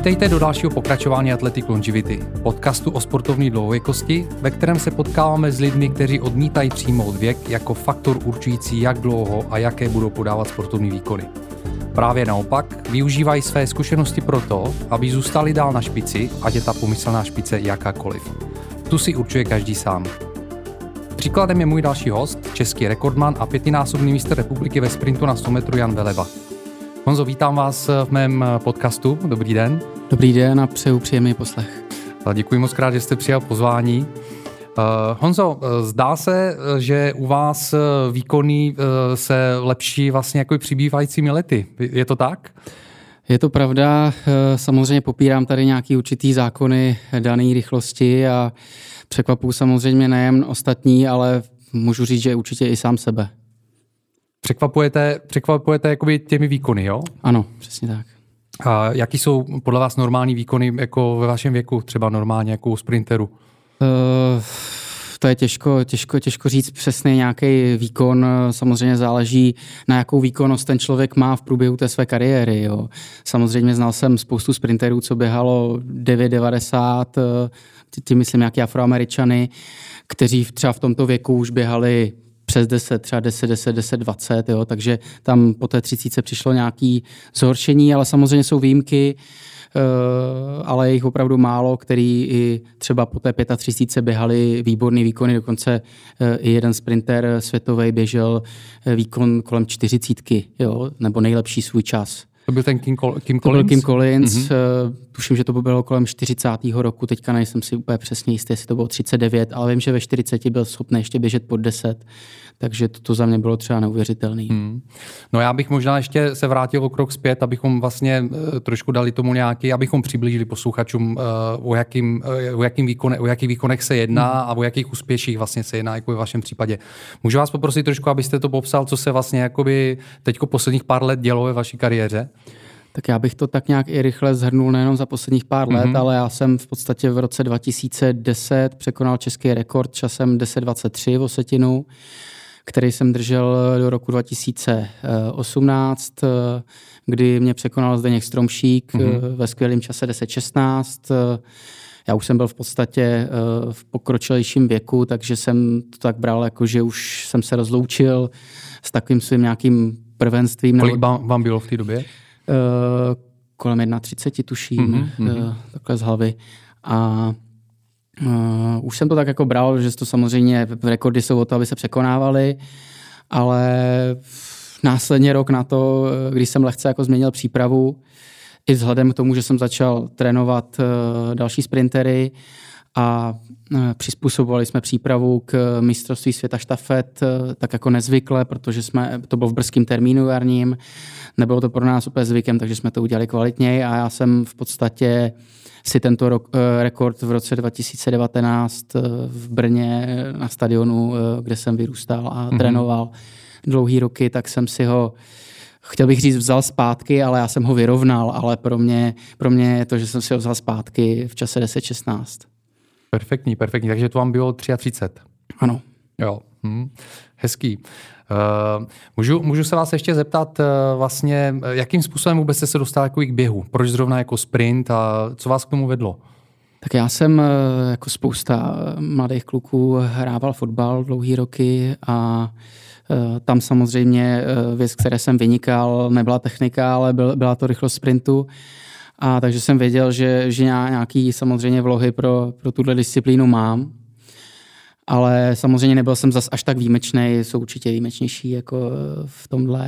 Vítejte do dalšího pokračování Athletic Longevity, podcastu o sportovní dlouhověkosti, ve kterém se potkáváme s lidmi, kteří odmítají přijmout věk jako faktor určující, jak dlouho a jaké budou podávat sportovní výkony. Právě naopak, využívají své zkušenosti proto, aby zůstali dál na špici, ať je ta pomyslná špice jakákoliv. Tu si určuje každý sám. Příkladem je můj další host, český rekordman a 5násobný mistr republiky ve sprintu na 100 metrů Jan Veleba. Honzo, vítám vás v mém podcastu. Dobrý den. Dobrý den a přeju příjemný poslech. Děkuji moc krát, že jste přijal pozvání. Honzo, zdá se, že u vás výkony se lepší vlastně jako přibývajícími lety. Je to tak? Je to pravda. Samozřejmě popírám tady nějaký určitý zákony dané rychlosti a překvapuju samozřejmě nejen ostatní, ale můžu říct, že určitě i sám sebe. Překvapujete jakoby těmi výkony, jo? Ano, přesně tak. A jaký jsou podle vás normální výkony jako ve vašem věku, třeba normálně jako u sprinteru? To je těžko říct přesný nějaký výkon. Samozřejmě záleží, na jakou výkonnost ten člověk má v průběhu té své kariéry. Jo. Samozřejmě znal jsem spoustu sprinterů, co běhalo 9,90, tím myslím nějaký Afroameričany, kteří třeba v tomto věku už běhali přes 10, třeba 10, 20, jo, takže tam po té 30 přišlo nějaké zhoršení, ale samozřejmě jsou výjimky, ale je jich opravdu málo, který i třeba po té 35 běhali výborný výkony, dokonce i jeden sprinter světový běžel výkon kolem 40, jo, nebo nejlepší svůj čas. To byl ten Kim Collins? To byl Kim Collins, tuším, že to bylo kolem 40. roku, teďka nejsem si úplně přesně jistý, jestli to bylo 39, ale vím, že ve 40 byl schopný ještě běžet pod 10, takže to za mě bylo třeba neuvěřitelný. No já bych možná ještě se vrátil o krok zpět, abychom vlastně trošku dali tomu nějaký, abychom přiblížili posluchačům, o jakých výkonech se jedná a o jakých úspěších vlastně se jedná, jako v vašem případě. Můžu vás poprosit trošku, abyste to popsal, co se vlastně jakoby teďko posledních pár let dělo ve vaší kariéře? Tak já bych to tak nějak i rychle shrnul nejenom za posledních pár let, ale já jsem v podstatě v roce 2010 překonal český rekord časem 10:23 v Osetinu, který jsem držel do roku 2018, kdy mě překonal Zdeněk Stromšík ve skvělém čase 10:16. Já už jsem byl v podstatě v pokročilejším věku, takže jsem to tak bral, jako že už jsem se rozloučil s takovým svým nějakým prvenstvím. Kolik vám bylo v té době? Kolem 31 tuším, takhle z hlavy. A už jsem to tak jako bral, že to samozřejmě rekordy jsou o to, aby se překonávaly, ale následně rok na to, když jsem lehce jako změnil přípravu, i vzhledem k tomu, že jsem začal trénovat další sprintery a přizpůsobovali jsme přípravu k mistrovství světa štafet tak jako nezvykle, protože to bylo v brzkém termínu jarním, nebylo to pro nás úplně zvykem, takže jsme to udělali kvalitněji a já jsem v podstatě si tento rekord v roce 2019 v Brně na stadionu, kde jsem vyrůstal a trénoval dlouhý roky, tak jsem si ho, chtěl bych říct, vzal zpátky, ale já jsem ho vyrovnal, ale pro mě je to, že jsem si ho vzal zpátky v čase 10:16. Perfektní, takže to vám bylo 33. Ano. Jo, hezký. Můžu se vás ještě zeptat vlastně, jakým způsobem vůbec jste se dostal jako k běhu? Proč zrovna jako sprint a co vás k tomu vedlo? Tak já jsem jako spousta mladých kluků hrával fotbal dlouhý roky a tam samozřejmě věc, které jsem vynikal, nebyla technika, ale byla to rychlost sprintu. A takže jsem věděl, že nějaký samozřejmě vlohy pro tuhle disciplínu mám. Ale samozřejmě nebyl jsem zas až tak výjimečný, jsou určitě výjimečnější jako v tomhle.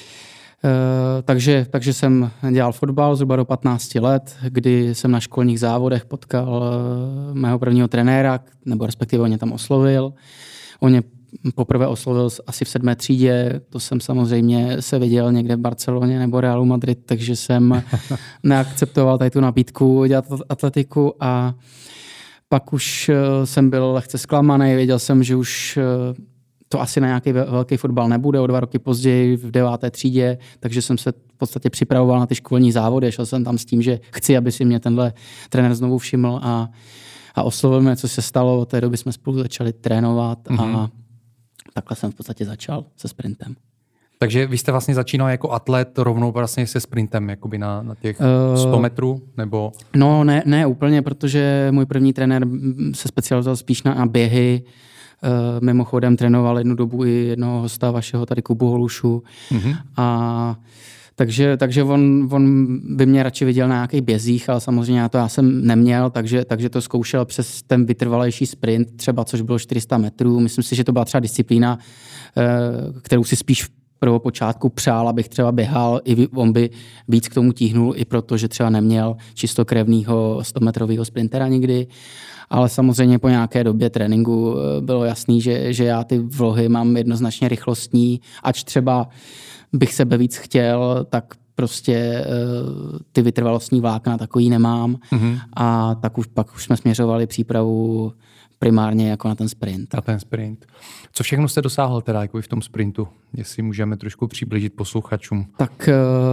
Takže jsem dělal fotbal zhruba do 15 let, kdy jsem na školních závodech potkal mého prvního trenéra, nebo respektive on mě tam oslovil. On mě poprvé oslovil asi v 7. třídě, to jsem samozřejmě se viděl někde v Barceloně nebo Realu Madrid, takže jsem neakceptoval tady tu nabídku dělat atletiku a pak už jsem byl lehce zklamaný, věděl jsem, že už to asi na nějaký velký fotbal nebude, o 2 roky později v 9. třídě, takže jsem se v podstatě připravoval na ty školní závody, šel jsem tam s tím, že chci, aby si mě tenhle trenér znovu všiml a oslovil mě, co se stalo, od té doby jsme spolu začali trénovat a takhle jsem v podstatě začal se sprintem. Takže vy jste vlastně začínal jako atlet rovnou vlastně se sprintem jakoby na těch 100 metrů? Nebo... No ne úplně, protože můj první trenér se specializoval spíš na běhy. Mimochodem trénoval jednu dobu i jednoho hosta vašeho, tady Kubu Holušu. A takže on by mě radši viděl na nějakých bězích, ale samozřejmě já jsem neměl, takže to zkoušel přes ten vytrvalejší sprint, třeba což bylo 400 metrů. Myslím si, že to byla třeba disciplína, kterou si spíš v prvopočátku přál, abych třeba běhal, i on by víc k tomu tíhnul, i protože třeba neměl čistokrevného 100-metrového sprintera nikdy. Ale samozřejmě po nějaké době tréninku bylo jasný, že já ty vlohy mám jednoznačně rychlostní, ač třeba bych sebe víc chtěl, tak prostě ty vytrvalostní vlákna takový nemám. A tak pak už jsme směřovali přípravu primárně jako na ten sprint. Na ten sprint. Co všechno jste dosáhl teda jako v tom sprintu? Jestli můžeme trošku přiblížit posluchačům. Tak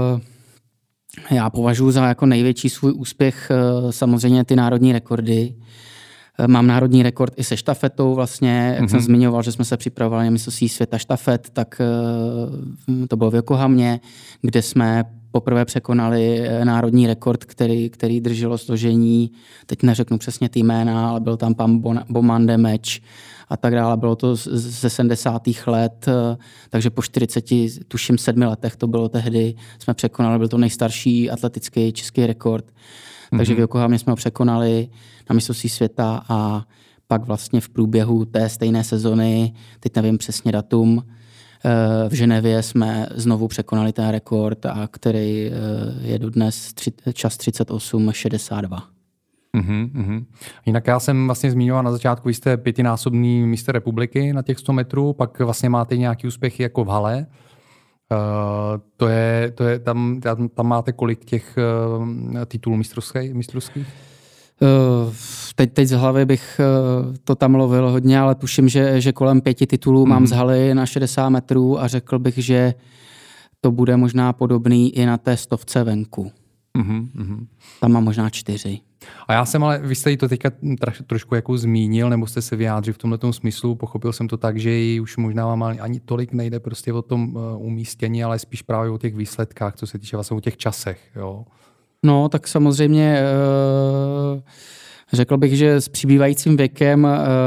já považuji za jako největší svůj úspěch samozřejmě ty národní rekordy. Mám národní rekord i se štafetou vlastně, jak jsem zmiňoval, že jsme se připravovali na mistrovství světa štafet, tak to bylo v Yokohamě, kde jsme poprvé překonali národní rekord, který drželo složení, teď neřeknu přesně ty jména, ale byl tam pan Bomande Meč a tak dále. Bylo to ze 70. let, takže po 47 letech to bylo tehdy, jsme překonali, byl to nejstarší atletický český rekord. Takže v Yokohamě jsme ho překonali na mistrovství světa a pak vlastně v průběhu té stejné sezony, teď nevím přesně datum, v Ženevě jsme znovu překonali ten rekord, a který je dodnes čas 38:62. Jinak já jsem vlastně zmiňoval na začátku, vy jste 5násobný mistr republiky na těch 100 metrů, pak vlastně máte nějaký úspěchy jako v hale. To je tam máte kolik těch titulů mistrovských? Teď z hlavy bych to tam lovil hodně, ale tuším, že kolem 5 titulů mám z haly na 60 metrů a řekl bych, že to bude možná podobný i na té 100 venku. Tam mám možná 4. A já jsem ale, vy jste jí to teďka trošku jako zmínil, nebo jste se vyjádřil v tomhletom smyslu, pochopil jsem to tak, že ji už možná vám ani tolik nejde prostě o tom umístění, ale spíš právě o těch výsledkách, co se týče vlastně o těch časech, jo? No, tak samozřejmě řekl bych, že s přibývajícím věkem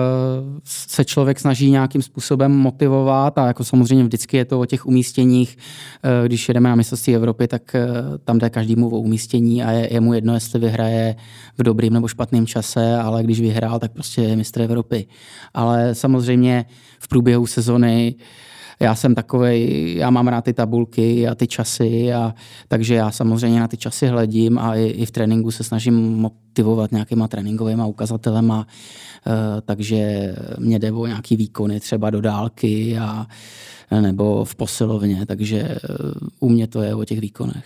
se člověk snaží nějakým způsobem motivovat a jako samozřejmě vždycky je to o těch umístěních. Když jedeme na mistrovství Evropy, tak tam jde každému o umístění a je mu jedno, jestli vyhraje v dobrým nebo špatném čase, ale když vyhrál, tak prostě je mistr Evropy. Ale samozřejmě v průběhu sezony já jsem takovej, já mám rád ty tabulky a ty časy, takže já samozřejmě na ty časy hledím a i v tréninku se snažím motivovat nějakýma tréninkovými ukazatelema, takže mě jde o nějaký výkony třeba do dálky nebo v posilovně, takže u mě to je o těch výkonech.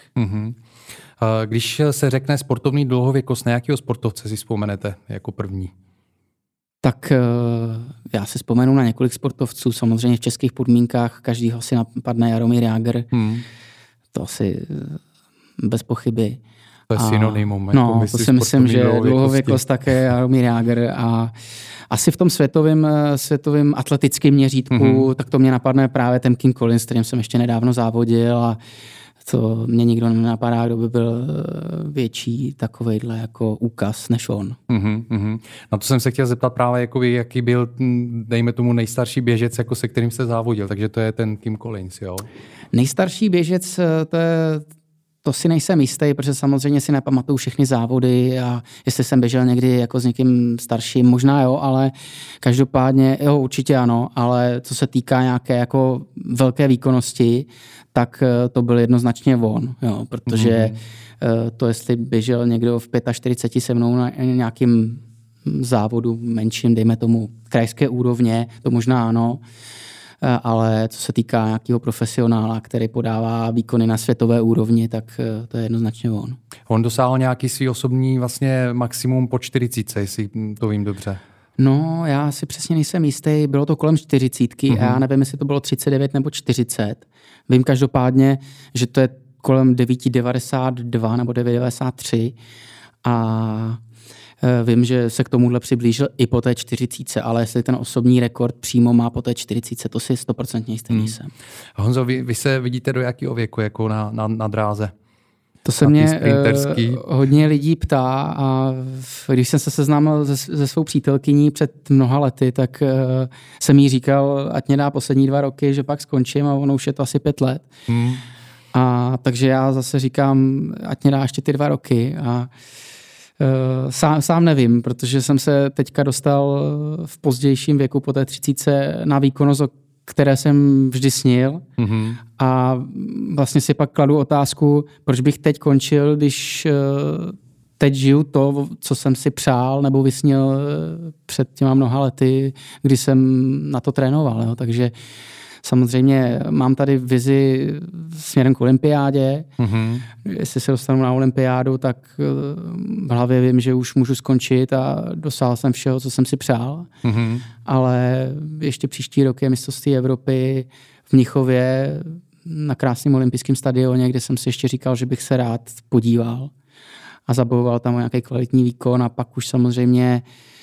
Když se řekne sportovní dlouhověkost, na jakého sportovce si vzpomenete jako první? Tak já si vzpomenu na několik sportovců, samozřejmě v českých podmínkách, každýho si napadne Jaromír Jágr, to asi bez pochyby. To je synonymum. No, to si myslím, že dlouhověkost také Jaromír Jágr a asi v tom světovém atletickém měřítku, tak to mě napadne právě ten Kim Collins, s kterým jsem ještě nedávno závodil a to mě nikdo nenapadá, kdo by byl větší takovejhle jako úkaz než on. Na to jsem se chtěl zeptat právě, jakoby, jaký byl, dejme tomu, nejstarší běžec, jako se kterým jste závodil, takže to je ten Kim Collins, jo? Nejstarší běžec, to si nejsem jistý, protože samozřejmě si nepamatuju všechny závody a jestli jsem běžel někdy jako s někým starším, možná jo, ale každopádně, jo, určitě ano, ale co se týká nějaké jako velké výkonnosti, tak to byl jednoznačně on, jo, protože to, jestli běžel někdo v 45 se mnou na nějakým závodu menším, dejme tomu krajské úrovně, to možná ano, ale co se týká nějakého profesionála, který podává výkony na světové úrovni, tak to je jednoznačně on. On dosáhl nějaký svý osobní vlastně maximum po 40, jestli to vím dobře. No, já si přesně nejsem jistý, bylo to kolem 40 a já nevím, jestli to bylo 39 nebo 40. Vím každopádně, že to je kolem 9,92 nebo 9,93 a Vím, že se k tomuhle přiblížil i po té 40, ale jestli ten osobní rekord přímo má po té 40, to si 100% jistý nejsem. Honzo, vy se vidíte do jakého věku jako na dráze? To se mě hodně lidí ptá a když jsem se seznámil se svou přítelkyní před mnoha lety, tak jsem jí říkal, ať mě dá poslední 2 roky, že pak skončím a ono už je to asi 5 let. A takže já zase říkám, ať mě dá ještě ty 2 roky a sám nevím, protože jsem se teďka dostal v pozdějším věku po té 30 na výkonnost, o které jsem vždy snil. A vlastně si pak kladu otázku, proč bych teď končil, když teď žiju to, co jsem si přál nebo vysnil před těma mnoha lety, kdy jsem na to trénoval. Jo. Takže samozřejmě mám tady vizi směrem k olympiádě. Jestli se dostanu na olympiádu, tak v hlavě vím, že už můžu skončit a dosáhl jsem všeho, co jsem si přál. Ale ještě příští rok je mistrovství Evropy v Mnichově na krásném olympijském stadioně, kde jsem si ještě říkal, že bych se rád podíval a zabojoval tam o nějaký kvalitní výkon a pak už samozřejmě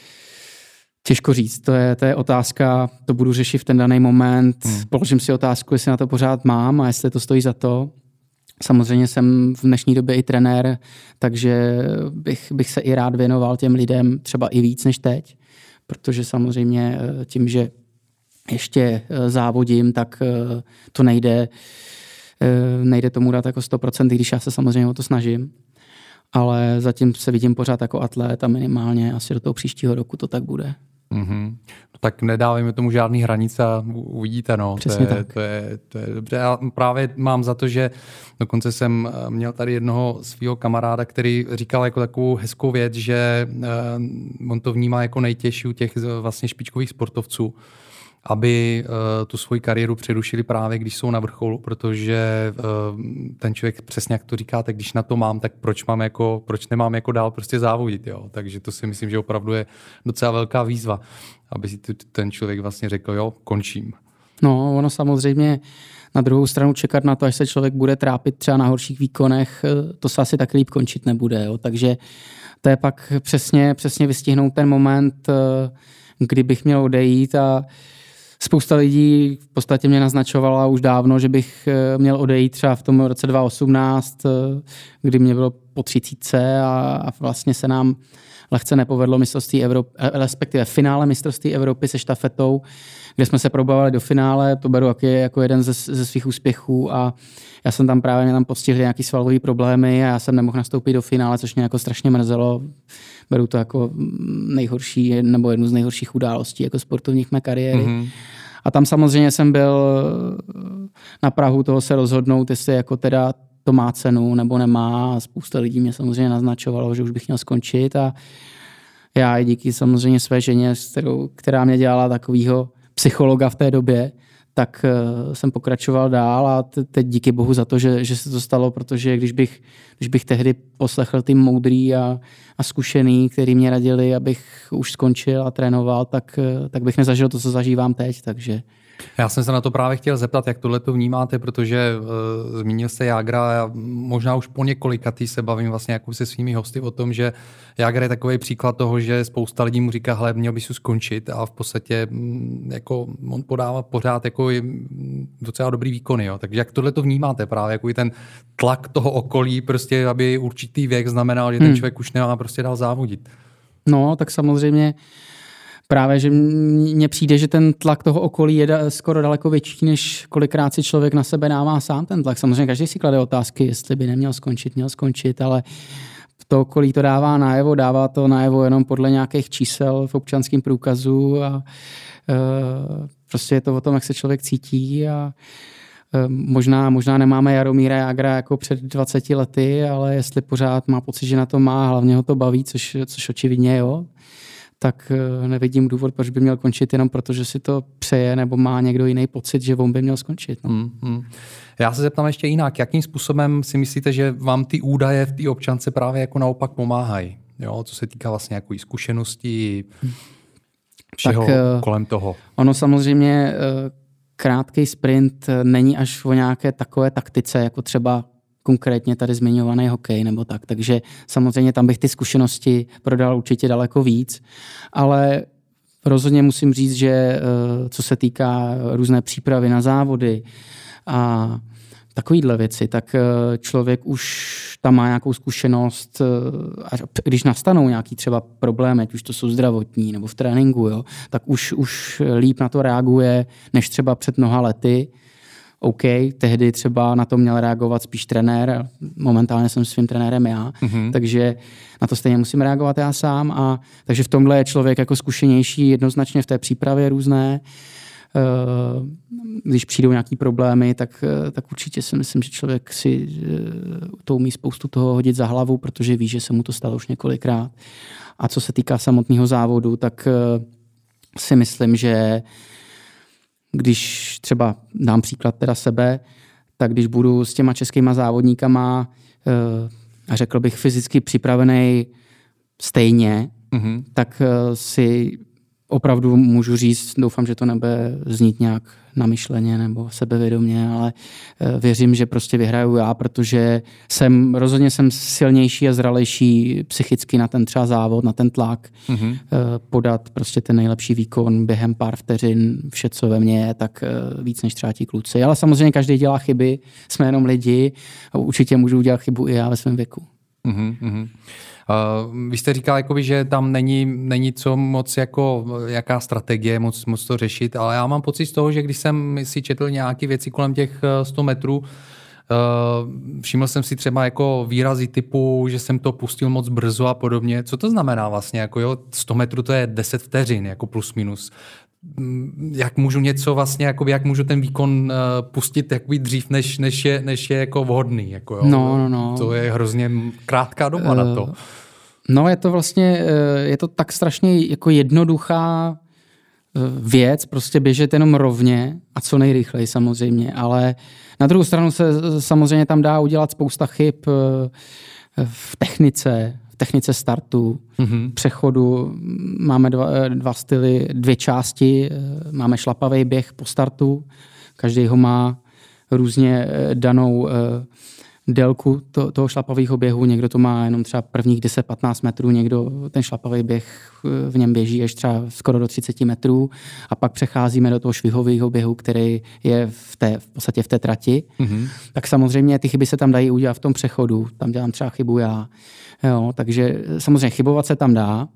těžko říct, to je otázka, to budu řešit v ten daný moment, položím si otázku, jestli na to pořád mám a jestli to stojí za to. Samozřejmě jsem v dnešní době i trenér, takže bych se i rád věnoval těm lidem třeba i víc než teď, protože samozřejmě tím, že ještě závodím, tak to nejde tomu dát jako 100%, když já se samozřejmě o to snažím. Ale zatím se vidím pořád jako atlet a minimálně asi do toho příštího roku to tak bude. Tak nedávejme tomu žádný hranice a uvidíte, no. Přesně tak. To je dobře. Já právě mám za to, že dokonce jsem měl tady jednoho svého kamaráda, který říkal jako takovou hezkou věc, že on to vnímá jako nejtěžší u těch vlastně špičkových sportovců, aby tu svoji kariéru přerušili právě, když jsou na vrcholu, protože ten člověk přesně jak to říkáte, když na to mám, tak proč nemám jako dál prostě závodit, jo? Takže to si myslím, že opravdu je docela velká výzva, aby si ten člověk vlastně řekl, jo, končím. No, ono samozřejmě na druhou stranu čekat na to, až se člověk bude trápit třeba na horších výkonech, to se asi tak líp končit nebude, jo? Takže to je pak přesně vystihnout ten moment, kdy bych měl odejít a spousta lidí v podstatě mě naznačovala už dávno, že bych měl odejít třeba v tom roce 2018, kdy mě bylo po 30 a vlastně se nám lehce nepovedlo mistrovství Evropy, respektive finále mistrovství Evropy se štafetou, kde jsme se probavili do finále, to beru jako jeden ze svých úspěchů a já jsem tam právě, mě tam postihly nějaký svalové problémy a já jsem nemohl nastoupit do finále, což mě jako strašně mrzelo. Beru to jako nejhorší nebo jednu z nejhorších událostí jako sportovních mé kariéry. A tam samozřejmě jsem byl na prahu toho se rozhodnout, jestli jako teda to má cenu nebo nemá. Spousta lidí mě samozřejmě naznačovalo, že už bych měl skončit a já i díky samozřejmě své ženě, která mě dělala takovýho psychologa v té době, tak jsem pokračoval dál a teď díky bohu za to, že se to stalo, protože když bych tehdy poslechl ty moudrý a zkušený, který mě radili, abych už skončil a trénoval, tak bych nezažil to, co zažívám teď, takže... Já jsem se na to právě chtěl zeptat, jak tohle to vnímáte, protože zmínil jste Jágra a možná už po několikatý se bavím vlastně jako se svými hosty o tom, že Jágr je takový příklad toho, že spousta lidí mu říká, hele, měl bys skončit a v podstatě jako on podává pořád jako docela dobrý výkony. Jo. Takže jak tohle to vnímáte právě, jako ten tlak toho okolí, prostě, aby určitý věk znamenal, že ten člověk už nemá prostě dál závodit. No, tak samozřejmě právě, že mně přijde, že ten tlak toho okolí je skoro daleko větší, než kolikrát si člověk na sebe dává sám ten tlak. Samozřejmě každý si klade otázky, jestli by neměl skončit, měl skončit, ale to okolí to dává to najevo jenom podle nějakých čísel v občanském průkazu a prostě je to o tom, jak se člověk cítí a možná nemáme Jaromíra Jágra jako před 20 lety, ale jestli pořád má pocit, že na to má, hlavně ho to baví, což očividně jo, tak nevidím důvod, proč by měl končit jenom proto, že si to přeje nebo má někdo jiný pocit, že on by měl skončit. No. Já se zeptám ještě jinak. Jakým způsobem si myslíte, že vám ty údaje v té občance právě jako naopak pomáhají? Jo, co se týká vlastně jako zkušeností, všeho tak, kolem toho. Ono samozřejmě krátký sprint není až o nějaké takové taktice, jako třeba konkrétně tady zmiňovaný hokej nebo tak. Takže samozřejmě tam bych ty zkušenosti prodal určitě daleko víc, ale rozhodně musím říct, že co se týká různé přípravy na závody a takovýhle věci, tak člověk už tam má nějakou zkušenost a když nastanou nějaký třeba problémy, ať už to jsou zdravotní nebo v tréninku, jo, tak už líp na to reaguje, než třeba před mnoha lety. OK, tehdy třeba na to měl reagovat spíš trenér, momentálně jsem svým trenérem já, takže na to stejně musím reagovat já sám. Takže v tomhle je člověk jako zkušenější jednoznačně v té přípravě různé. Když přijdou nějaký problémy, tak určitě si myslím, že člověk si to umí spoustu toho hodit za hlavu, protože ví, že se mu to stalo už několikrát. A co se týká samotného závodu, tak si myslím, že když třeba dám příklad teda sebe, tak když budu s těma českýma závodníkama a řekl bych fyzicky připravený stejně, tak si opravdu můžu říct, doufám, že to nebude znít nějak namyšleně nebo sebevědomě, ale věřím, že prostě vyhraju já, protože rozhodně jsem silnější a zralejší psychicky na ten třeba závod, na ten tlak, podat prostě ten nejlepší výkon během pár vteřin, vše, co ve mně je, tak víc než třeba ti kluci. Ale samozřejmě každý dělá chyby, jsme jenom lidi a určitě můžu udělat chybu i já ve svém věku. Vy jste říkal, jakoby, že tam není co moc jako jaká strategie, moc to řešit, ale já mám pocit z toho, že když jsem si četl nějaké věci kolem těch 100 metrů, všiml jsem si třeba jako výrazy typu, že jsem to pustil moc brzo a podobně. Co to znamená vlastně? Jako 100 metrů to je 10 vteřin, jako plus minus. Jak můžu něco vlastně, jakoby, jak můžu ten výkon pustit jakoby dřív, než je jako vhodný? Jako, jo? No. To je hrozně krátká doba na to. No je to vlastně, je to tak strašně jako jednoduchá věc, prostě běžet jenom rovně a co nejrychleji samozřejmě, ale na druhou stranu se samozřejmě tam dá udělat spousta chyb v technice startu, přechodu. Máme dva styly, 2 části. Máme šlapavý běh po startu. Každý ho má různě danou délku toho šlapavého běhu. Někdo to má jenom třeba prvních 10-15 metrů, někdo ten šlapavý běh v něm běží až třeba skoro do 30 metrů a pak přecházíme do toho švihového běhu, který je v podstatě v té trati. Tak samozřejmě ty chyby se tam dají udělat v tom přechodu. Tam dělám třeba chybu já. Jo, takže samozřejmě chybovat se tam dá.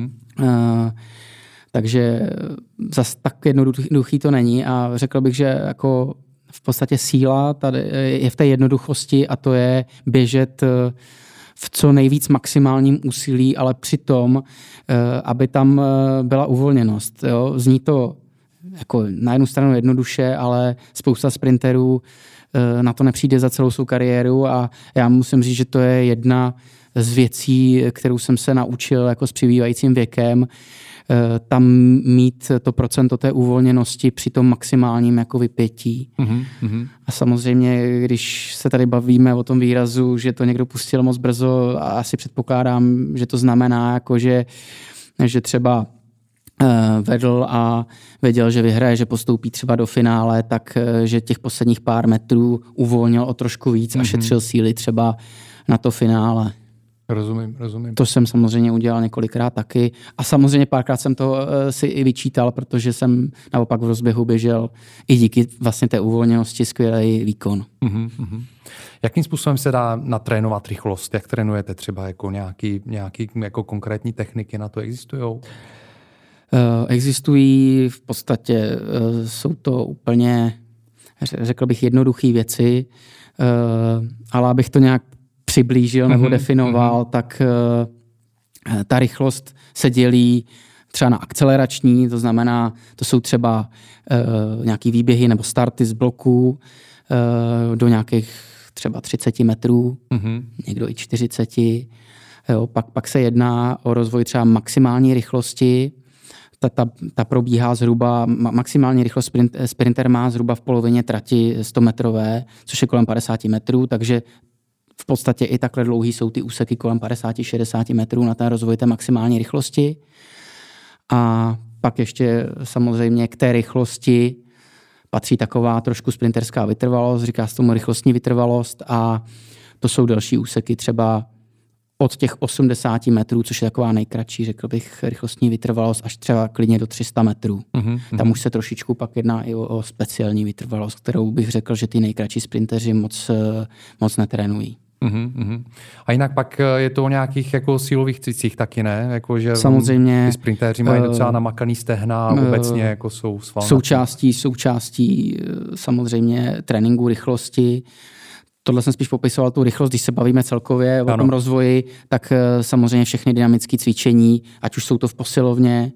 Takže zas tak jednoduchý to není a řekl bych, že jako v podstatě síla tady je v té jednoduchosti a to je běžet v co nejvíc maximálním úsilí, ale přitom, aby tam byla uvolněnost. Jo? Zní to jako na jednu stranu jednoduše, ale spousta sprinterů na to nepřijde za celou svou kariéru a já musím říct, že to je jedna z věcí, kterou jsem se naučil jako s přibývajícím věkem, tam mít to procento té uvolněnosti při tom maximálním jako vypětí. A samozřejmě, když se tady bavíme o tom výrazu, že to někdo pustil moc brzo, a asi předpokládám, že to znamená, jako že třeba vedl a věděl, že vyhraje, že postoupí třeba do finále, tak že těch posledních pár metrů uvolnil o trošku víc a šetřil síly třeba na to finále. Rozumím. To jsem samozřejmě udělal několikrát taky a samozřejmě párkrát jsem to si i vyčítal, protože jsem naopak v rozběhu běžel i díky vlastně té uvolněnosti skvělý výkon. Jakým způsobem se dá natrénovat rychlost? Jak trénujete třeba jako nějaký jako konkrétní techniky na to existujou? Existují v podstatě, jsou to úplně, řekl bych, jednoduché věci, ale abych to nějak přiblížil nebo definoval, tak ta rychlost se dělí třeba na akcelerační, to znamená, to jsou třeba nějaký výběhy nebo starty z bloků do nějakých třeba 30 metrů, někdo i 40. Jo, pak se jedná o rozvoj třeba maximální rychlosti, ta probíhá zhruba, maximální rychlost sprinter má zhruba v polovině trati 100 metrové, což je kolem 50 metrů, takže v podstatě i takhle dlouhý jsou ty úseky kolem 50-60 metrů na ten rozvoj té maximální rychlosti. A pak ještě samozřejmě k té rychlosti patří taková trošku sprinterská vytrvalost, říká se tomu rychlostní vytrvalost a to jsou delší úseky, třeba od těch 80 metrů, což je taková nejkratší, řekl bych, rychlostní vytrvalost, až třeba klidně do 300 metrů. Tam už se trošičku pak jedná i o speciální vytrvalost, kterou bych řekl, že ty nejkratší sprinteři moc netrénují. A jinak pak je to o nějakých jako sílových cvicích taky, ne? Jako, že samozřejmě. Ty sprintéři mají docela namakaný stehna a obecně jako jsou svalnatí. Součástí samozřejmě tréninku rychlosti. Tohle jsem spíš popisoval tu rychlost, když se bavíme celkově o tom rozvoji, tak samozřejmě všechny dynamické cvičení, ať už jsou to v posilovně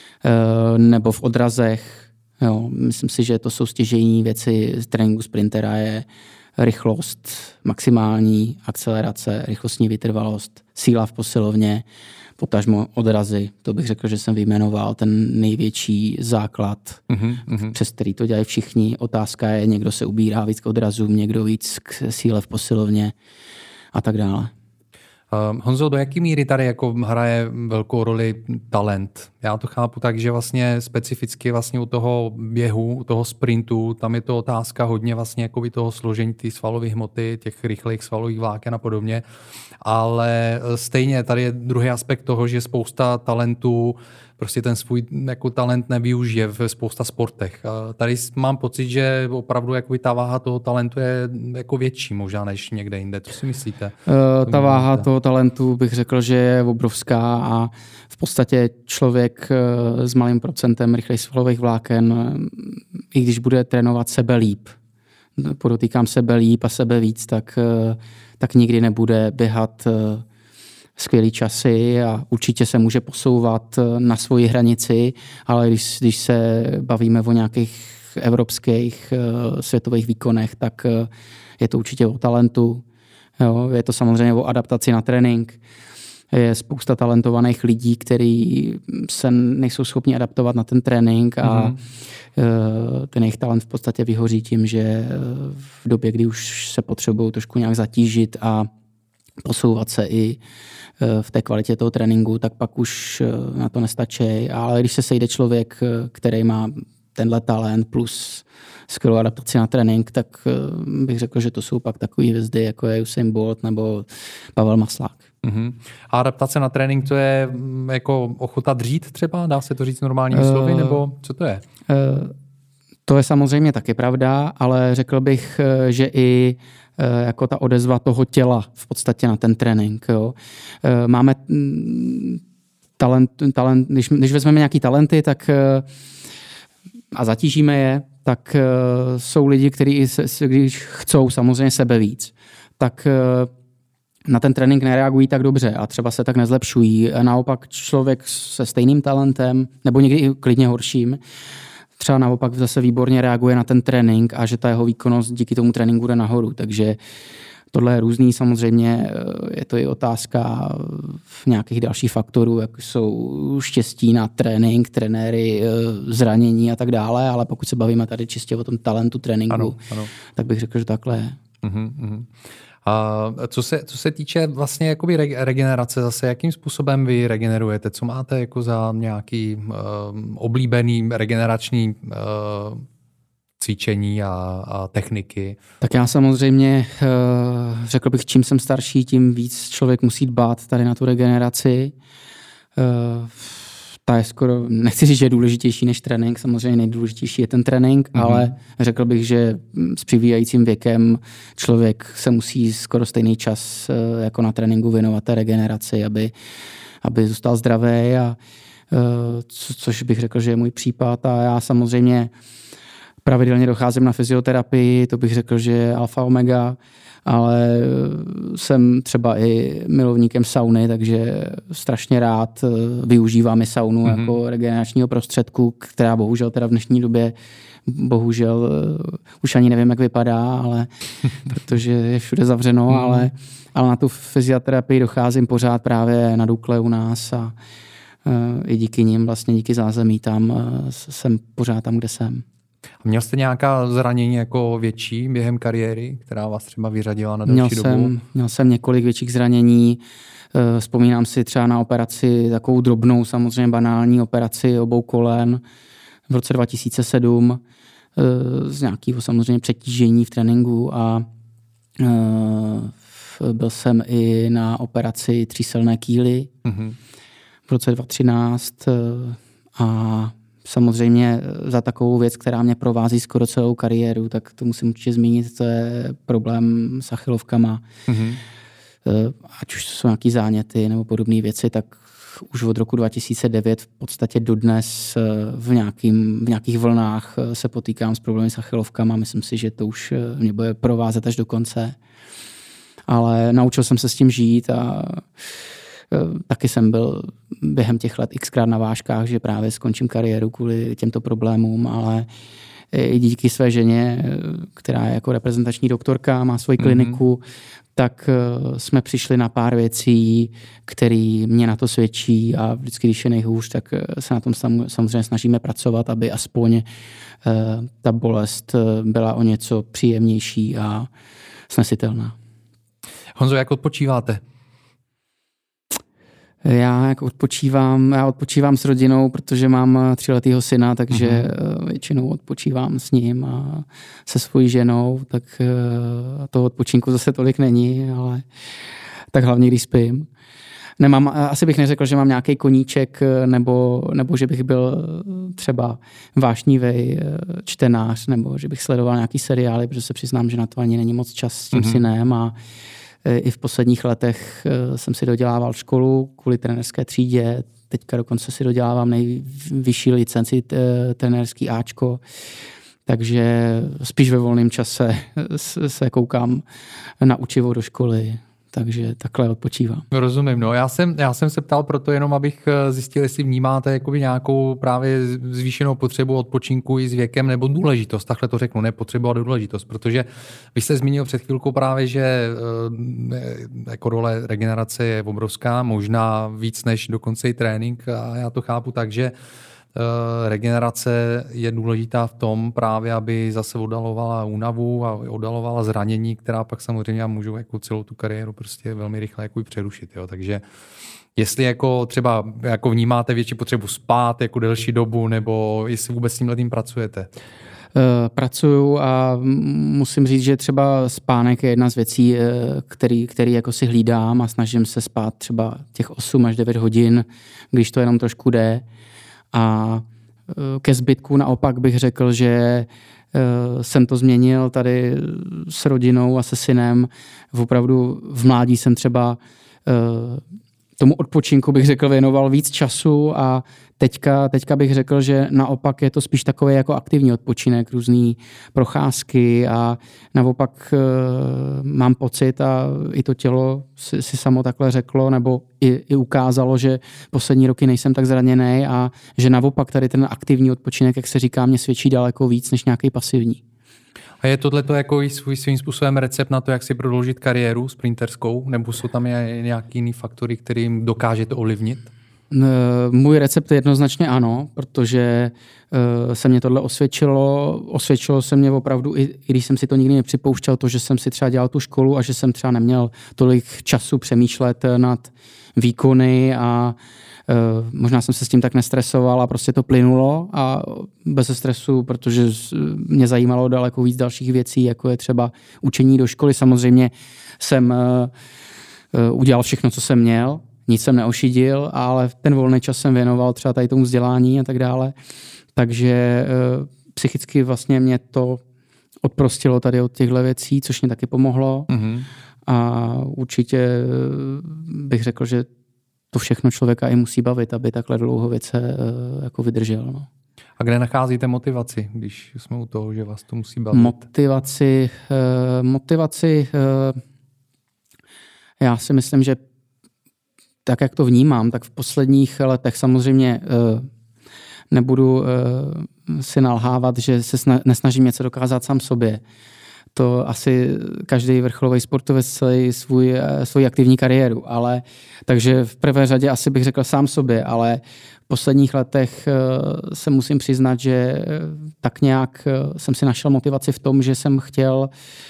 nebo v odrazech. Jo, myslím si, že to jsou stěžejní věci z tréninku sprintera je rychlost, maximální akcelerace, rychlostní vytrvalost, síla v posilovně, potažmo odrazy. To bych řekl, že jsem vyjmenoval ten největší základ, přes který to dělají všichni. Otázka je, někdo se ubírá víc k odrazům, někdo víc k síle v posilovně a tak dále. Honzo, do jaký míry tady jako hraje velkou roli talent? Já to chápu tak, že vlastně specificky vlastně u toho běhu, u toho sprintu, tam je to otázka hodně vlastně jako by toho složení té svalové hmoty, těch rychlých svalových vláken a podobně, ale stejně tady je druhý aspekt toho, že spousta talentů prostě ten svůj jako talent nevyužije v spousta sportech. Tady mám pocit, že opravdu jako ta váha toho talentu je jako větší možná než někde jinde. Co si myslíte? Ta váha toho talentu bych řekl, že je obrovská a v podstatě člověk s malým procentem rychlých svalových vláken, i když bude trénovat sebe líp, podotýkám sebe líp a sebe víc, tak nikdy nebude běhat skvělý časy a určitě se může posouvat na svoji hranici, ale když se bavíme o nějakých evropských světových výkonech, tak je to určitě o talentu. Jo, je to samozřejmě o adaptaci na trénink. Je spousta talentovaných lidí, kteří se nejsou schopni adaptovat na ten trénink a ten jejich talent v podstatě vyhoří tím, že v době, kdy už se potřebují trošku nějak zatížit a posouvat se i v té kvalitě toho tréninku, tak pak už na to nestačí. Ale když se sejde člověk, který má tenhle talent plus skvělou adaptaci na trénink, tak bych řekl, že to jsou pak takový hvězdy, jako je Usain Bolt nebo Pavel Maslák. A adaptace na trénink, to je jako ochota dřít třeba? Dá se to říct normálními slovy, nebo co to je? To je samozřejmě taky pravda, ale řekl bych, že i jako ta odezva toho těla v podstatě na ten trénink. Jo. Máme talent, když vezmeme nějaký talenty, tak a zatížíme je, tak jsou lidi, kteří když chcou samozřejmě sebe víc, tak na ten trénink nereagují tak dobře a třeba se tak nezlepšují. A naopak člověk se stejným talentem, nebo někdy i klidně horším, třeba naopak zase výborně reaguje na ten trénink a že ta jeho výkonnost díky tomu tréninku jde nahoru. Takže tohle je různý, samozřejmě je to i otázka nějakých dalších faktorů, jako jsou štěstí na trénink, trenéry, zranění a tak dále, ale pokud se bavíme tady čistě o tom talentu tréninku, ano. Tak bych řekl, že takhle je. A co se týče vlastně jakoby regenerace, zase jakým způsobem vy regenerujete? Co máte jako za nějaký oblíbený regenerační cvičení a techniky? Tak já samozřejmě řekl bych, čím jsem starší, tím víc člověk musí dbát tady na tu regeneraci. Ta je skoro, nechci říct, že je důležitější než trénink, samozřejmě nejdůležitější je ten trénink, ale řekl bych, že s přibývajícím věkem člověk se musí skoro stejný čas jako na tréninku věnovat té regeneraci, aby zůstal zdravý, a což bych řekl, že je můj případ. A já samozřejmě pravidelně docházím na fyzioterapii, to bych řekl, že je alfa omega, ale jsem třeba i milovníkem sauny, takže strašně rád využívám i saunu jako regeneračního prostředku, která bohužel teda v dnešní době už ani nevím, jak vypadá, ale protože je všude zavřeno, ale na tu fyzioterapii docházím pořád právě na Dukle u nás a i díky nim, vlastně díky zázemí tam jsem pořád tam, kde jsem. Měl jste nějaká zranění jako větší během kariéry, která vás třeba vyřadila na další dobu? Měl jsem několik větších zranění. Vzpomínám si třeba na operaci, takovou drobnou, samozřejmě banální operaci obou kolen v roce 2007 z nějakého samozřejmě přetížení v tréninku a Byl jsem i na operaci tříselné kýly v roce 2013 a samozřejmě za takovou věc, která mě provází skoro celou kariéru, tak to musím určitě zmínit, to je problém s achilovkama. Ať už to jsou nějaký záněty nebo podobné věci, tak už od roku 2009 v podstatě dodnes v nějakých vlnách se potýkám s problémy s achilovkama. Myslím si, že to už mě bude provázet až do konce. Ale naučil jsem se s tím žít a taky jsem byl během těch let xkrát na vážkách, že právě skončím kariéru kvůli těmto problémům, ale i díky své ženě, která je jako reprezentační doktorka, má svoji kliniku, tak jsme přišli na pár věcí, které mě na to svědčí a vždycky, když je nejhůř, tak se na tom samozřejmě snažíme pracovat, aby aspoň ta bolest byla o něco příjemnější a snesitelná. Honzo, jak odpočíváte? Já odpočívám s rodinou, protože mám 3letýho syna, takže většinou odpočívám s ním a se svojí ženou, tak toho odpočinku zase tolik není, ale tak hlavně, když spím. Asi bych neřekl, že mám nějaký koníček, nebo že bych byl třeba vášnivý čtenář, nebo že bych sledoval nějaký seriály, protože se přiznám, že na to ani není moc čas s tím synem a i v posledních letech jsem si dodělával školu kvůli trenérské třídě. Teďka dokonce si dodělávám nejvyšší licenci trenérský Ačko. Takže spíš ve volném čase se koukám na učivo do školy. Takže takhle odpočívám. Rozumím, no. Já jsem se ptal proto jenom, abych zjistil, jestli vnímáte jakoby nějakou právě zvýšenou potřebu odpočinku i s věkem, nebo důležitost, takhle to řeknu, ne potřebu, ale důležitost, protože vy jste zmínil před chvilkou právě, že jako role regenerace je obrovská, možná víc než dokonce i trénink a já to chápu tak, že regenerace je důležitá v tom právě, aby zase oddalovala únavu a oddalovala zranění, která pak samozřejmě můžou jako celou tu kariéru prostě velmi rychle jako i přerušit. Jo. Takže jestli jako třeba jako vnímáte větší potřebu spát jako delší dobu, nebo jestli vůbec s tímhletím pracujete? Pracuju a musím říct, že třeba spánek je jedna z věcí, který jako si hlídám a snažím se spát třeba těch 8 až 9 hodin, když to jenom trošku jde. A ke zbytku naopak bych řekl, že jsem to změnil tady s rodinou a se synem. Opravdu v mládí jsem třeba tomu odpočinku bych řekl věnoval víc času a teďka bych řekl, že naopak je to spíš takový jako aktivní odpočinek, různý procházky a naopak mám pocit a i to tělo si samo takhle řeklo nebo i ukázalo, že poslední roky nejsem tak zraněný a že naopak tady ten aktivní odpočinek, jak se říká, mě svědčí daleko víc než nějaký pasivní. A je tohleto jako i svým způsobem recept na to, jak si prodloužit kariéru sprinterskou, nebo jsou tam nějaký jiný faktory, kterým dokážete ovlivnit? Můj recept je jednoznačně ano, protože se mě tohle osvědčilo. Osvědčilo se mě opravdu, i když jsem si to nikdy nepřipouštěl, to, že jsem si třeba dělal tu školu a že jsem třeba neměl tolik času přemýšlet nad výkony a možná jsem se s tím tak nestresoval a prostě to plynulo a bez stresu, protože mě zajímalo daleko víc dalších věcí, jako je třeba učení do školy. Samozřejmě jsem udělal všechno, co jsem měl, nic jsem neošidil, ale ten volný čas jsem věnoval třeba tady tomu vzdělání a tak dále. Takže psychicky vlastně mě to odprostilo tady od těchto věcí, což mě taky pomohlo. A určitě bych řekl, že to všechno člověka i musí bavit, aby takhle dlouho věce jako vydržel. No. A kde nacházíte motivaci, když jsme u toho, že vás to musí bavit? Motivaci já si myslím, že tak, jak to vnímám, tak v posledních letech samozřejmě nebudu si nalhávat, že se nesnažím něco dokázat sám sobě. To asi každý vrcholový sportovec celý svou aktivní kariéru, ale takže v prvé řadě asi bych řekl sám sobě, ale v posledních letech se musím přiznat, že tak nějak jsem si našel motivaci v tom, že jsem chtěl,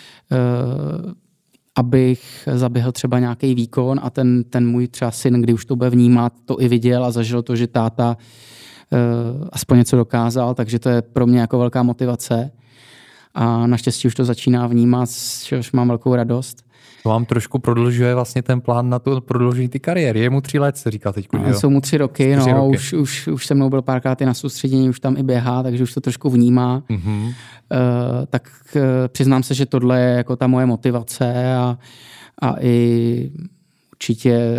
abych zaběhl třeba nějaký výkon a ten můj třeba syn, kdy už to bude vnímat, to i viděl a zažil to, že táta aspoň něco dokázal, takže to je pro mě jako velká motivace. A naštěstí už to začíná vnímat, že už mám velkou radost. To vám trošku prodlužuje vlastně ten plán na to prodloužení ty kariéry. Je mu 3 let, se říká teď. Jsou mu 3 roky, už se mnou byl párkrát i na soustředění, už tam i běhá, takže už to trošku vnímá. Tak přiznám se, že tohle je jako ta moje motivace a i určitě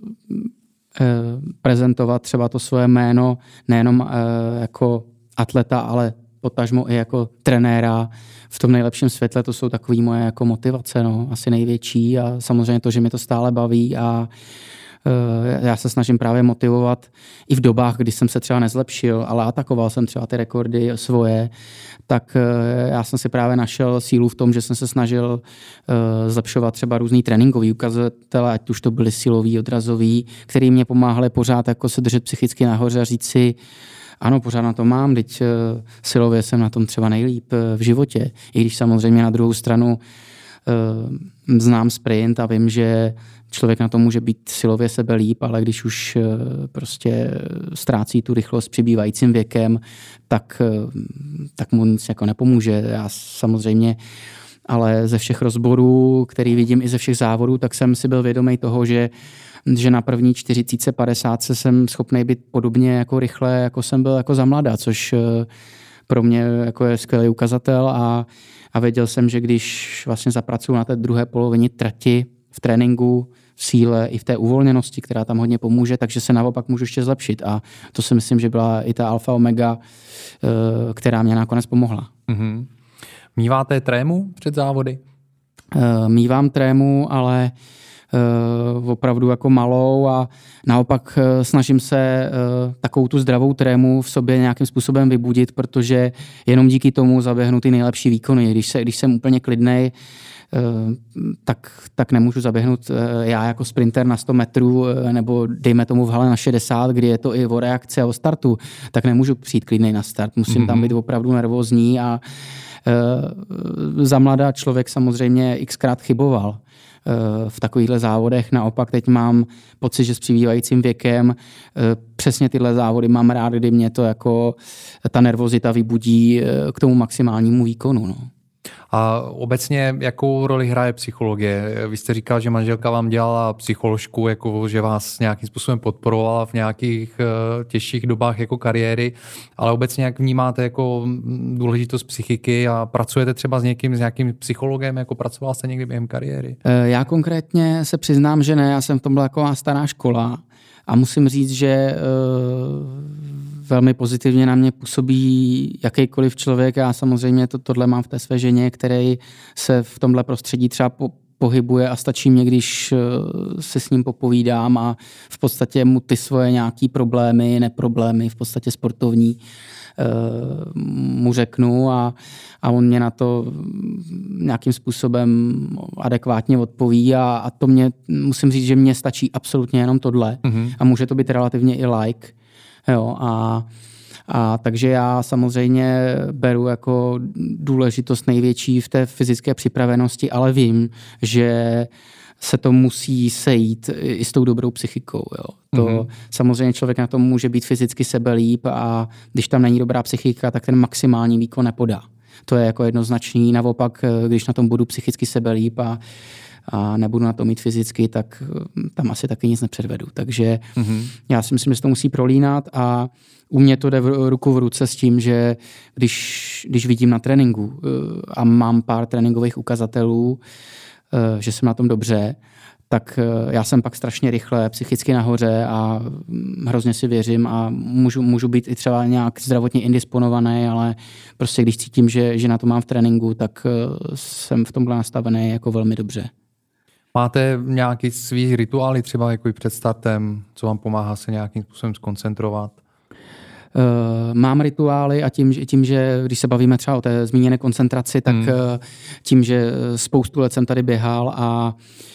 prezentovat třeba to svoje jméno nejenom jako atleta, ale potažmo i jako trenéra v tom nejlepším světle, to jsou takové moje jako motivace, no, asi největší a samozřejmě to, že mě to stále baví a já se snažím právě motivovat i v dobách, kdy jsem se třeba nezlepšil, ale atakoval jsem třeba ty rekordy svoje, tak já jsem si právě našel sílu v tom, že jsem se snažil zlepšovat třeba různý tréninkový ukazatele, ať už to byly silový, odrazový, který mě pomáhali pořád jako se držet psychicky nahoře a říct si, ano, pořád na to mám, teď silově jsem na tom třeba nejlíp v životě. I když samozřejmě na druhou stranu znám sprint a vím, že člověk na tom může být silově sebe líp, ale když už prostě ztrácí tu rychlost s přibývajícím věkem, tak mu nic jako nepomůže. Já samozřejmě, ale ze všech rozborů, který vidím i ze všech závodů, tak jsem si byl vědomý toho, že na první 40, 50 jsem schopný být podobně jako rychle, jako jsem byl jako za mladá, což pro mě jako je skvělý ukazatel a věděl jsem, že když vlastně zapracuju na té druhé polovině trati v tréninku, v síle i v té uvolněnosti, která tam hodně pomůže, takže se naopak můžu ještě zlepšit a to si myslím, že byla i ta alfa omega, která mě nakonec pomohla. Mm-hmm. Míváte trému před závody? Mívám trému, ale opravdu jako malou a naopak snažím se takovou tu zdravou trému v sobě nějakým způsobem vybudit, protože jenom díky tomu zaběhnu ty nejlepší výkony. Když jsem úplně klidnej, tak nemůžu zaběhnout já jako sprinter na 100 metrů nebo dejme tomu v hale na 60, kdy je to i o reakci a o startu, tak nemůžu přijít klidnej na start. Musím tam být opravdu nervózní a za mladá člověk samozřejmě xkrát chyboval v takovýchhle závodech. Naopak teď mám pocit, že s přibývajícím věkem přesně tyhle závody mám rád, kdy mě to jako ta nervozita vybudí k tomu maximálnímu výkonu. No. A obecně jakou roli hraje psychologie? Vy jste říkal, že manželka vám dělala psycholožku, jako, že vás nějakým způsobem podporovala v nějakých těžších dobách jako kariéry, ale obecně jak vnímáte jako důležitost psychiky a pracujete třeba s nějakým psychologem, jako pracoval jste někdy během kariéry? Já konkrétně se přiznám, že ne, já jsem v tom byla jako stará škola a musím říct, že velmi pozitivně na mě působí jakýkoliv člověk. Já samozřejmě tohle mám v té své ženě, který se v tomhle prostředí třeba pohybuje a stačí mě, když se s ním popovídám a v podstatě mu ty svoje nějaký problémy, neproblémy, v podstatě sportovní, mu řeknu a on mě na to nějakým způsobem adekvátně odpoví a to mě, musím říct, že mě stačí absolutně jenom tohle a může to být relativně i like. Jo, a takže já samozřejmě beru jako důležitost největší v té fyzické připravenosti, ale vím, že se to musí sejít i s tou dobrou psychikou. Jo. To samozřejmě člověk na tom může být fyzicky sebelíp a když tam není dobrá psychika, tak ten maximální výkon nepodá. To je jako jednoznačný. Naopak, když na tom budu psychicky sebelíp a nebudu na to mít fyzicky, tak tam asi taky nic nepředvedu. Takže já si myslím, že se to musí prolínat a u mě to jde ruku v ruce s tím, že když vidím na tréninku a mám pár tréninkových ukazatelů, že jsem na tom dobře, tak já jsem pak strašně rychle psychicky nahoře a hrozně si věřím a můžu být i třeba nějak zdravotně indisponovaný, ale prostě když cítím, že na to mám v tréninku, tak jsem v tomhle nastavený jako velmi dobře. Máte nějaký svý rituály třeba jako i před startem, co vám pomáhá se nějakým způsobem skoncentrovat? Mám rituály a tím, že když se bavíme třeba o té zmíněné koncentraci, tak tím, že spoustu let jsem tady běhal a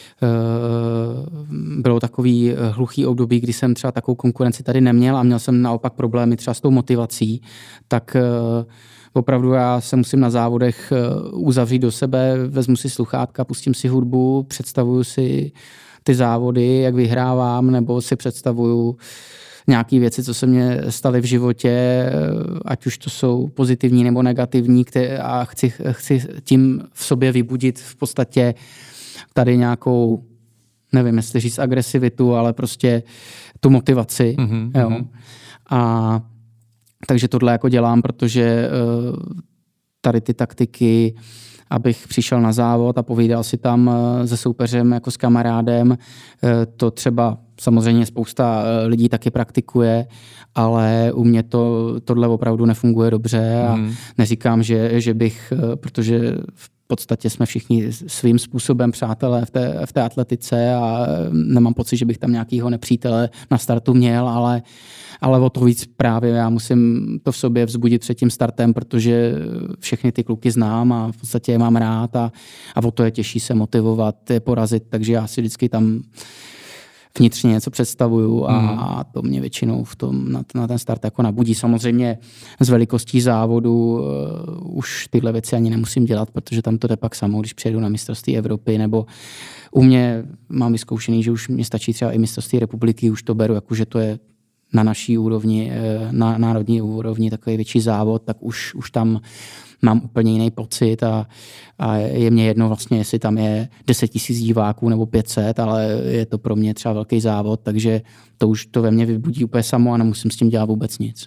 bylo takový hluchý období, kdy jsem třeba takovou konkurenci tady neměl a měl jsem naopak problémy třeba s tou motivací, tak opravdu já se musím na závodech uzavřít do sebe, vezmu si sluchátka, pustím si hudbu, představuju si ty závody, jak vyhrávám, nebo si představuju nějaké věci, co se mně staly v životě, ať už to jsou pozitivní nebo negativní, a chci tím v sobě vybudit v podstatě tady nějakou, nevím, jestli říct agresivitu, ale prostě tu motivaci. Jo. A takže tohle jako dělám, protože tady ty taktiky, abych přišel na závod a povídal si tam se soupeřem jako s kamarádem, to třeba samozřejmě spousta lidí taky praktikuje, ale u mě tohle opravdu nefunguje dobře a neříkám, že bych, protože v podstatě jsme všichni svým způsobem přátelé v té atletice a nemám pocit, že bych tam nějakýho nepřítele na startu měl, ale o to víc právě já musím to v sobě vzbudit před tím startem, protože všechny ty kluky znám a v podstatě je mám rád a o to je těžší se motivovat, je porazit, takže já si vždycky tam vnitřně něco představuju a to mě většinou na ten start jako nabudí. Samozřejmě s velikostí závodu už tyhle věci ani nemusím dělat, protože tam to jde pak samo, když přijedu na mistrovství Evropy, nebo u mě mám vyzkoušený, že už mě stačí třeba i mistrovství republiky, už to beru, jako že to je na naší úrovni, na národní úrovni takový větší závod, tak už tam mám úplně jiný pocit a je mě jedno vlastně, jestli tam je 10 000 diváků nebo 500, ale je to pro mě třeba velký závod, takže to už to ve mně vybudí úplně samo a nemusím s tím dělat vůbec nic.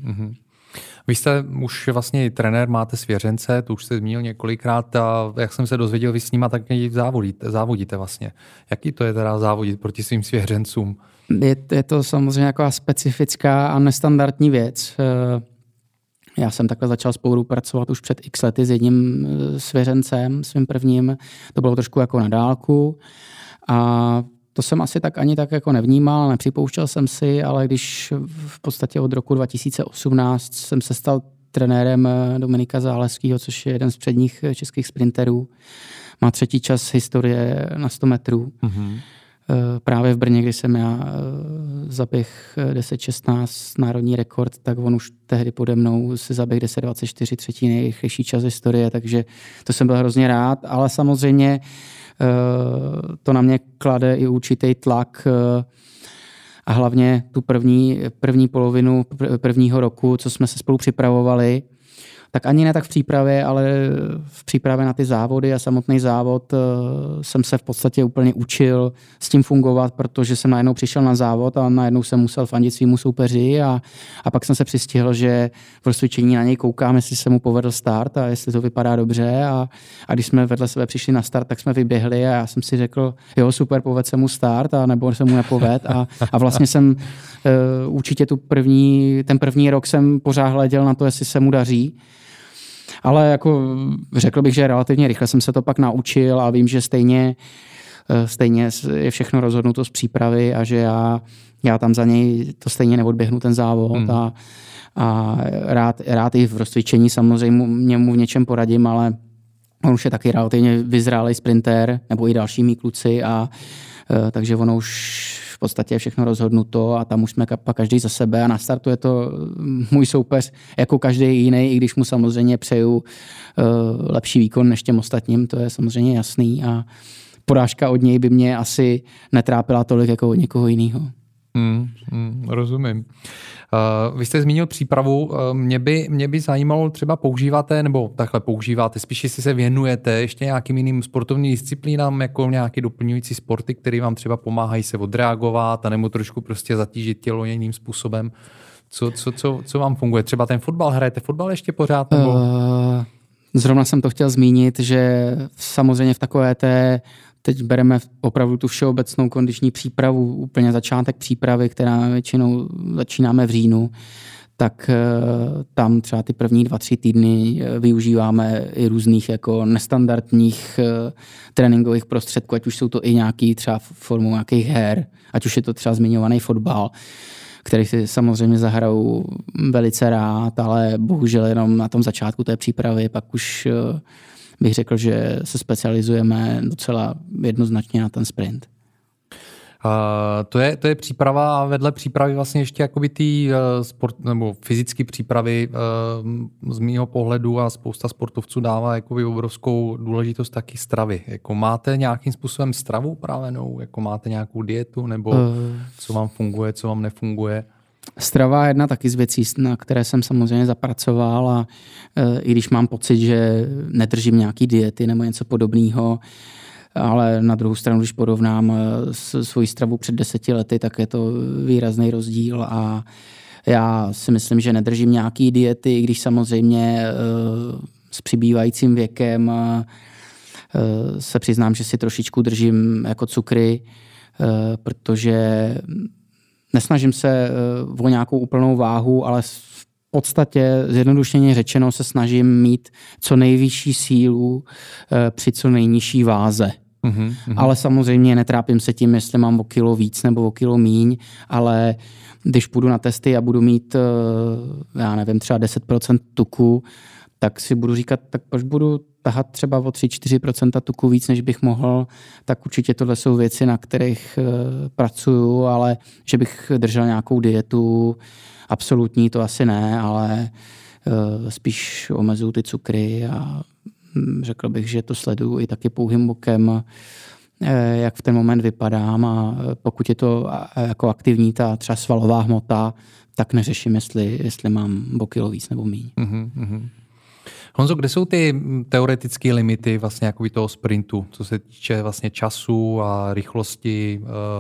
Vy jste už vlastně trenér, máte svěřence, to už jste zmínil několikrát a jak jsem se dozvěděl, vy s nima taky závodíte vlastně. Jaký to je teda závodit proti svým svěřencům? Je to samozřejmě jako specifická a nestandardní věc. Já jsem takhle začal spolupracovat už před x lety s jedním svěřencem, svým prvním. To bylo trošku jako na dálku a to jsem asi tak ani tak jako nevnímal, nepřipouštěl jsem si, ale když v podstatě od roku 2018 jsem se stal trenérem Dominika Záleského, což je jeden z předních českých sprinterů. Má 3. čas historie na 100 metrů. Právě v Brně, kdy jsem já zaběh 10.16 národní rekord, tak on už tehdy pode mnou si zaběh 10.24 třetí nejrychlejší čas historie, takže to jsem byl hrozně rád, ale samozřejmě to na mě klade i určitý tlak a hlavně tu první polovinu prvního roku, co jsme se spolu připravovali, tak ani ne tak v přípravě, ale v přípravě na ty závody a samotný závod jsem se v podstatě úplně učil s tím fungovat, protože jsem najednou přišel na závod a najednou jsem musel fandit svýmu soupeři a pak jsem se přistihl, že v rozcvičení na něj koukám, jestli se mu povedl start a jestli to vypadá dobře a když jsme vedle sebe přišli na start, tak jsme vyběhli a já jsem si řekl, jo super, povedl se mu start a nebo se mu nepoved a vlastně jsem určitě ten první rok jsem pořád hleděl na to, jestli se mu daří. Ale jako řekl bych, že relativně rychle jsem se to pak naučil a vím, že stejně je všechno rozhodnuto z přípravy a že já tam za něj to stejně neodběhnu ten závod a rád i v rozcvičení samozřejmě mu v něčem poradím, ale on už je taky relativně vyzrálej sprinter nebo i další mý kluci takže ono už v podstatě je všechno rozhodnuto a tam už jsme pak každý za sebe a na startu je to můj soupeř jako každý jiný, i když mu samozřejmě přeju lepší výkon než těm ostatním, to je samozřejmě jasný a porážka od něj by mě asi netrápila tolik jako od někoho jiného. Rozumím. Vy jste zmínil přípravu, mě by zajímalo, třeba používáte, spíš jestli se věnujete ještě nějakým jiným sportovním disciplínám, jako nějaké doplňující sporty, které vám třeba pomáhají se odreagovat, anebo trošku prostě zatížit tělo jiným způsobem. Co vám funguje? Třeba ten fotbal, hrajete fotbal ještě pořád? Nebo? Zrovna jsem to chtěl zmínit, že samozřejmě v takové teď bereme opravdu tu všeobecnou kondiční přípravu, úplně začátek přípravy, která většinou začínáme v říjnu, tak tam třeba ty první 2-3 týdny využíváme i různých jako nestandardních tréninkových prostředků, ať už jsou to i nějaký třeba formou nějakých her, ať už je to třeba zmiňovaný fotbal, který si samozřejmě zahraju velice rád, ale bohužel jenom na tom začátku té přípravy, pak už bych řekl, že se specializujeme docela jednoznačně na ten sprint. To je příprava a vedle přípravy vlastně ještě jakoby ty sport nebo fyzické přípravy z mýho pohledu a spousta sportovců dává jakoby obrovskou důležitost taky stravy. Jako máte nějakým způsobem stravu upravenou? Jako máte nějakou dietu? Nebo co vám funguje, co vám nefunguje? Strava je jedna taky z věcí, na které jsem samozřejmě zapracoval a i když mám pocit, že nedržím nějaký diety nebo něco podobného, ale na druhou stranu, když porovnám svoji stravu před 10 lety, tak je to výrazný rozdíl a já si myslím, že nedržím nějaký diety, i když samozřejmě s přibývajícím věkem se přiznám, že si trošičku držím jako cukry, protože nesnažím se o nějakou úplnou váhu, ale v podstatě zjednodušeně řečeno se snažím mít co nejvyšší sílu při co nejnižší váze. Ale samozřejmě netrápím se tím, jestli mám o kilo víc nebo o kilo míň, ale když půjdu na testy a budu mít, já nevím, třeba 10% tuku, tak si budu říkat, tak proč budu tahat třeba o 3-4% tuku víc, než bych mohl, tak určitě tohle jsou věci, na kterých pracuju, ale že bych držel nějakou dietu, absolutní to asi ne, ale spíš omezuju ty cukry a řekl bych, že to sleduju i taky pouhým bokem, jak v ten moment vypadám a pokud je to jako aktivní ta třeba svalová hmota, tak neřeším, jestli mám o kilo víc nebo míň. Honzo, kde jsou ty teoretické limity vlastně jakoby toho sprintu, co se týče vlastně času a rychlosti?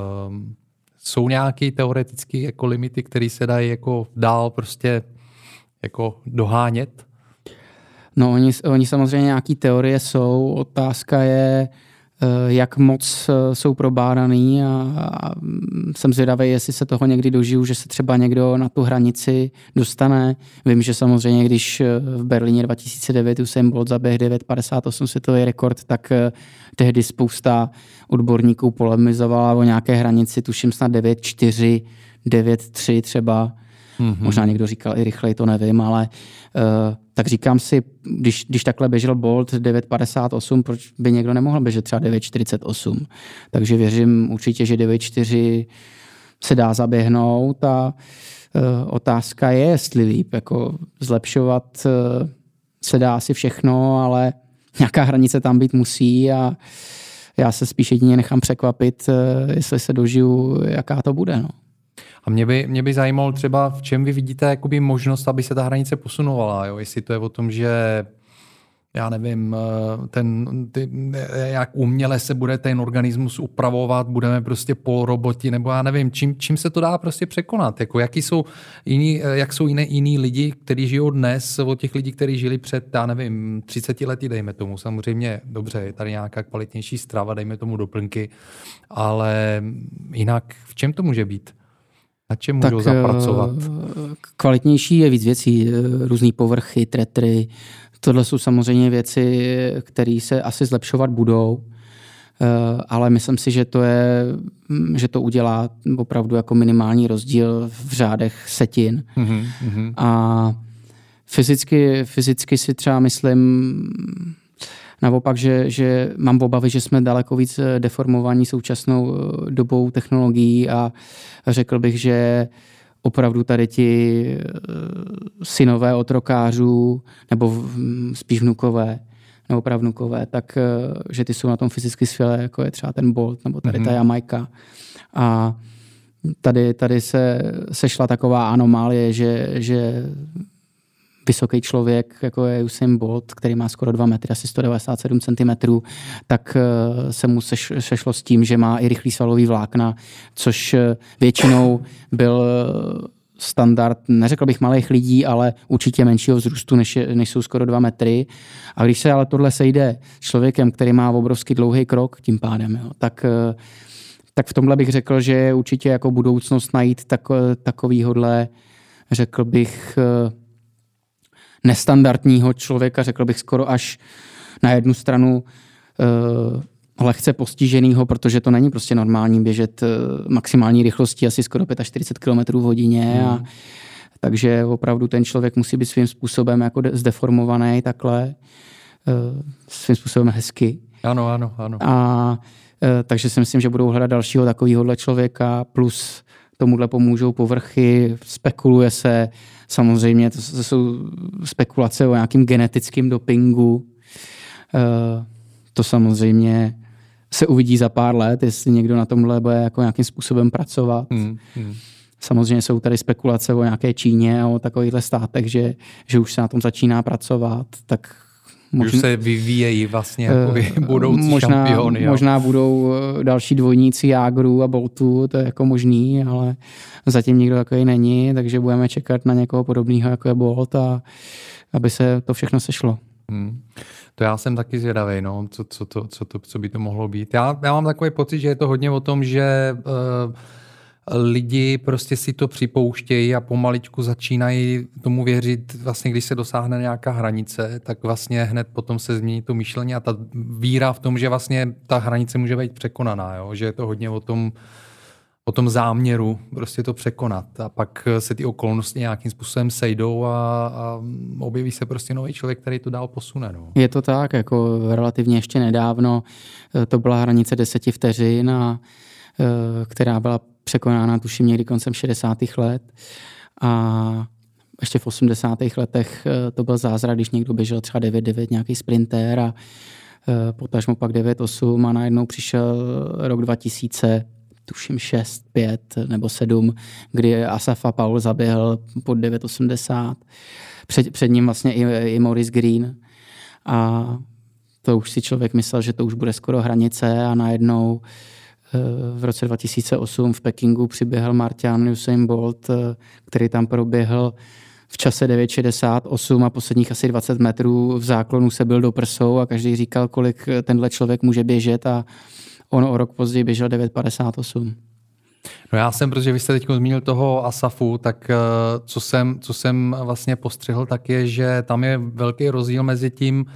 Jsou nějaké teoretické jako limity, které se dají jako dál prostě jako dohánět? No, oni samozřejmě nějaké teorie jsou. Otázka je, jak moc jsou probádaný a jsem zvědavý, jestli se toho někdy dožiju, že se třeba někdo na tu hranici dostane. Vím, že samozřejmě, když v Berlíně 2009 Usain Bolt zaběh 9,58 světový rekord, tak tehdy spousta odborníků polemizovala o nějaké hranici, tuším snad 9,4, 9,3 třeba. Možná někdo říkal i rychleji, to nevím, ale tak říkám si, když takhle běžel Bolt 9,58, proč by někdo nemohl běžet třeba 9,48. Takže věřím určitě, že 9,4 se dá zaběhnout a otázka je, jestli líp. Jako zlepšovat se dá asi všechno, ale nějaká hranice tam být musí a já se spíš jedině nechám překvapit, jestli se dožiju, jaká to bude. No. A mě by zajímalo třeba, v čem vy vidíte jakoby možnost, aby se ta hranice posunovala. Jo? Jestli to je o tom, že já nevím, jak uměle se bude ten organismus upravovat, budeme prostě poloroboti, nebo já nevím, čím se to dá prostě překonat. Jako, jak jsou jiní lidi, kteří žijou dnes, od těch lidí, kteří žili před, já nevím, 30 lety, dejme tomu. Samozřejmě, dobře, je tady nějaká kvalitnější strava, dejme tomu doplňky, ale jinak v čem to může být? Na čem můžou zapracovat? Kvalitnější je víc věcí, různý povrchy, tretry. Tohle jsou samozřejmě věci, které se asi zlepšovat budou, ale myslím si, že to udělá opravdu jako minimální rozdíl v řádech setin. A fyzicky si třeba myslím naopak, že mám obavy, že jsme daleko víc deformovaní současnou dobou technologií a řekl bych, že opravdu tady ti synové otrokářů, nebo spíš vnukové, nebo pravnukové, tak že ty jsou na tom fyzicky skvělé, jako je třeba ten Bolt, nebo tady ta Jamajka. A tady se sešla taková anomálie, že vysoký člověk, jako je Usain Bolt, který má skoro 2 metry, asi 197 cm, tak se mu sešlo s tím, že má i rychlý svalový vlákna, což většinou byl standard, neřekl bych malých lidí, ale určitě menšího vzrůstu, než jsou skoro 2 metry. A když se ale tohle sejde s člověkem, který má obrovský dlouhý krok, tím pádem, jo, tak v tomhle bych řekl, že je určitě jako budoucnost najít takovýhodle, řekl bych, nestandardního člověka, řekl bych skoro až na jednu stranu lehce postiženýho, protože to není prostě normální běžet maximální rychlostí asi skoro 45 km v hodině. Takže opravdu ten člověk musí být svým způsobem jako zdeformovaný takhle, svým způsobem hezky. Ano. Takže si myslím, že budou hledat dalšího takovýhohle člověka, plus tomuhle pomůžou povrchy, spekuluje se, samozřejmě to jsou spekulace o nějakým genetickém dopingu. To samozřejmě se uvidí za pár let, jestli někdo na tomhle bude jako nějakým způsobem pracovat. Samozřejmě jsou tady spekulace o nějaké Číně a o takovýchhle státech, že už se na tom začíná pracovat, tak Už se vyvíjejí vlastně budoucí šampiony. Možná budou další dvojníci Jágrů a Boltů, to je jako možný, ale zatím nikdo takový není, takže budeme čekat na někoho podobného, jako je Bolt, a aby se to všechno sešlo. To já jsem taky zvědavý, no, co by to mohlo být. Já mám takový pocit, že je to hodně o tom, že lidi prostě si to připouštějí a pomaličku začínají tomu věřit, vlastně když se dosáhne nějaká hranice, tak vlastně hned potom se změní to myšlení a ta víra v tom, že vlastně ta hranice může být překonaná, jo? Že je to hodně o tom záměru prostě to překonat a pak se ty okolnosti nějakým způsobem sejdou a objeví se prostě nový člověk, který to dál posune. No. Je to tak, jako relativně ještě nedávno to byla hranice 10 vteřin, která byla překonána tuším někdy koncem 60. let a ještě v 80. letech to byl zázrak, když někdo běžel třeba 9.9 nějaký sprinter a potažmo pak 9.8 a najednou přišel rok 2000, tuším 6, 5 nebo 7, kdy Asafa Powell zaběhl pod 9.80. Před ním vlastně i Maurice Green a to už si člověk myslel, že to už bude skoro hranice a najednou v roce 2008 v Pekingu přiběhl Marťan Usain Bolt, který tam proběhl v čase 9.68 a posledních asi 20 metrů v záklonu se byl do prsou a každý říkal, kolik tenhle člověk může běžet a on o rok později běžel 9.58. No já jsem, protože vy jste teď zmínil toho Asafu, tak co jsem vlastně postřehl, tak je, že tam je velký rozdíl mezi tím,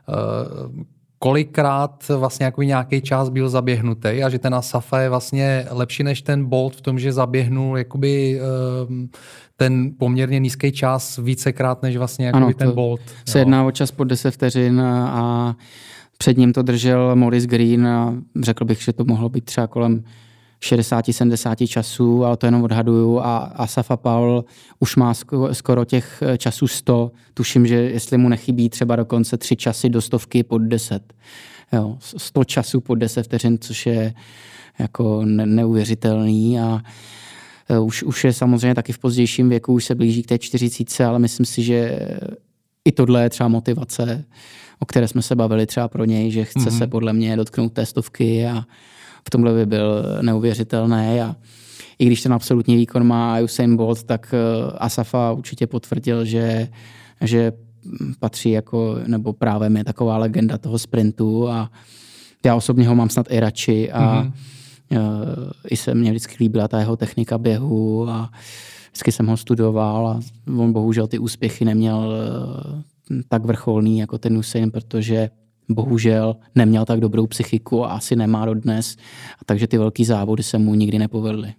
kolikrát vlastně jako nějaký čas byl zaběhnutý a že ten Asafa je vlastně lepší než ten Bolt v tom, že zaběhnul jakoby ten poměrně nízký čas vícekrát než vlastně jakoby ten Bolt. Se jedná o čas pod 10 vteřin a před ním to držel Maurice Green a řekl bych, že to mohlo být třeba kolem 60-70 časů, ale to jenom odhaduju a Asafa Powell už má skoro těch časů 100. Tuším, že jestli mu nechybí třeba dokonce 3 časy do 100 pod 10. Jo, 100 časů pod 10 vteřin, což je jako neuvěřitelný a už je samozřejmě taky v pozdějším věku, už se blíží k té 40, ale myslím si, že i tohle je třeba motivace, o které jsme se bavili třeba pro něj, že chce se podle mě dotknout té 100 a v tomhle by byl neuvěřitelný a i když ten absolutní výkon má Usain Bolt, tak Asafa určitě potvrdil, že patří jako, nebo právě je taková legenda toho sprintu a já osobně ho mám snad i radši a i se mně vždycky líbila ta jeho technika běhu a vždycky jsem ho studoval a on bohužel ty úspěchy neměl tak vrcholný jako ten Usain, protože bohužel neměl tak dobrou psychiku a asi nemá dodnes, a takže ty velký závody se mu nikdy nepovedly.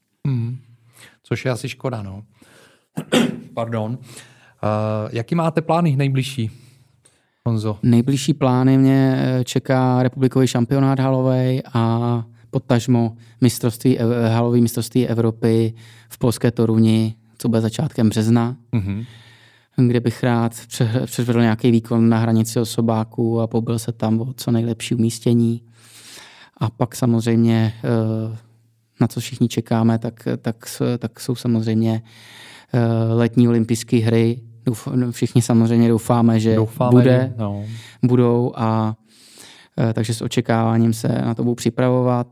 Což je asi škoda, no. Pardon. Jaký máte plány nejbližší, Honzo? Nejbližší plány mě čeká republikový šampionát halovej a potažmo halový mistrovství Evropy v polské Toruni, co bude začátkem března. Kde bych rád předvedl nějaký výkon na hranici osobáků a pobyl se tam o co nejlepší umístění. A pak samozřejmě, na co všichni čekáme, tak jsou samozřejmě letní olympijské hry. Všichni samozřejmě doufáme, že budou a takže s očekáváním se na to budu připravovat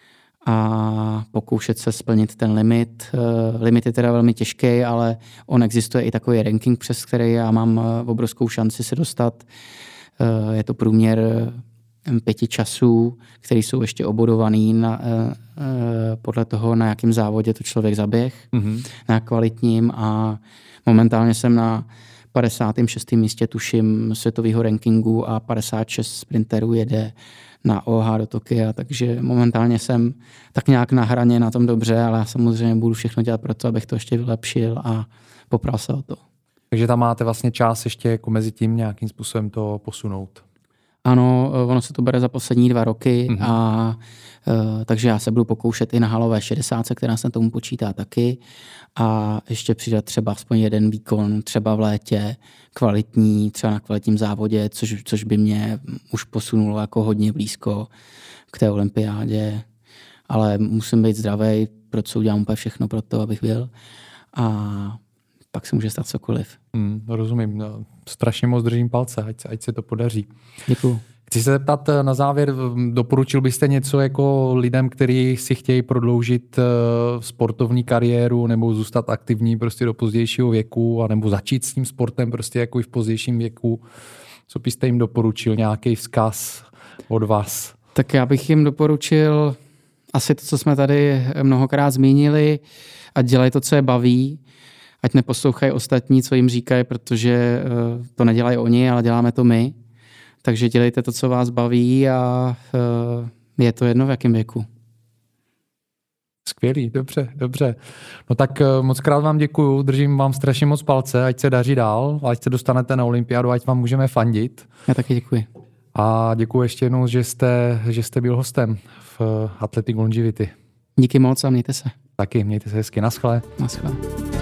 a pokoušet se splnit ten limit. Limit je teda velmi těžký, ale on existuje i takový ranking, přes který já mám obrovskou šanci se dostat. Je to průměr 5 časů, který jsou ještě obodovaný podle toho, na jakém závodě to člověk zaběh, na kvalitním a momentálně jsem na 56. místě tuším světového rankingu a 56 sprinterů jede na OH do Tokia, takže momentálně jsem tak nějak na hraně na tom dobře, ale já samozřejmě budu všechno dělat pro to, abych to ještě vylepšil a popral se o to. Takže tam máte vlastně čas ještě jako mezi tím nějakým způsobem to posunout. Ano, ono se to bere za poslední 2 roky a takže já se budu pokoušet i na halové 60, která se tomu počítá taky a ještě přidat třeba aspoň jeden výkon, třeba v létě, kvalitní, třeba na kvalitním závodě, což by mě už posunulo jako hodně blízko k té olympiádě, ale musím být zdravý, proto udělám úplně všechno pro to, abych byl a pak se může stát cokoliv. Rozumím. No, strašně moc držím palce, ať se to podaří. Děkuju. Chci se zeptat na závěr, doporučil byste něco jako lidem, kteří si chtějí prodloužit sportovní kariéru nebo zůstat aktivní prostě do pozdějšího věku, anebo začít s tím sportem prostě jako i v pozdějším věku? Co byste jim doporučil, nějaký vzkaz od vás? Tak já bych jim doporučil asi to, co jsme tady mnohokrát zmínili, ať dělají to, co je baví, ať neposlouchají ostatní, co jim říkají, protože to nedělají oni, ale děláme to my. Takže dělejte to, co vás baví a je to jedno v jakém věku. Skvělý, dobře. No tak moc krát vám děkuju, držím vám strašně moc palce, ať se daří dál, ať se dostanete na olympiádu, ať vám můžeme fandit. Já taky děkuji. A děkuji ještě jednou, že jste byl hostem v Athletic Longevity. Díky moc a mějte se. Taky, mějte se hezky, naschle. Naschle.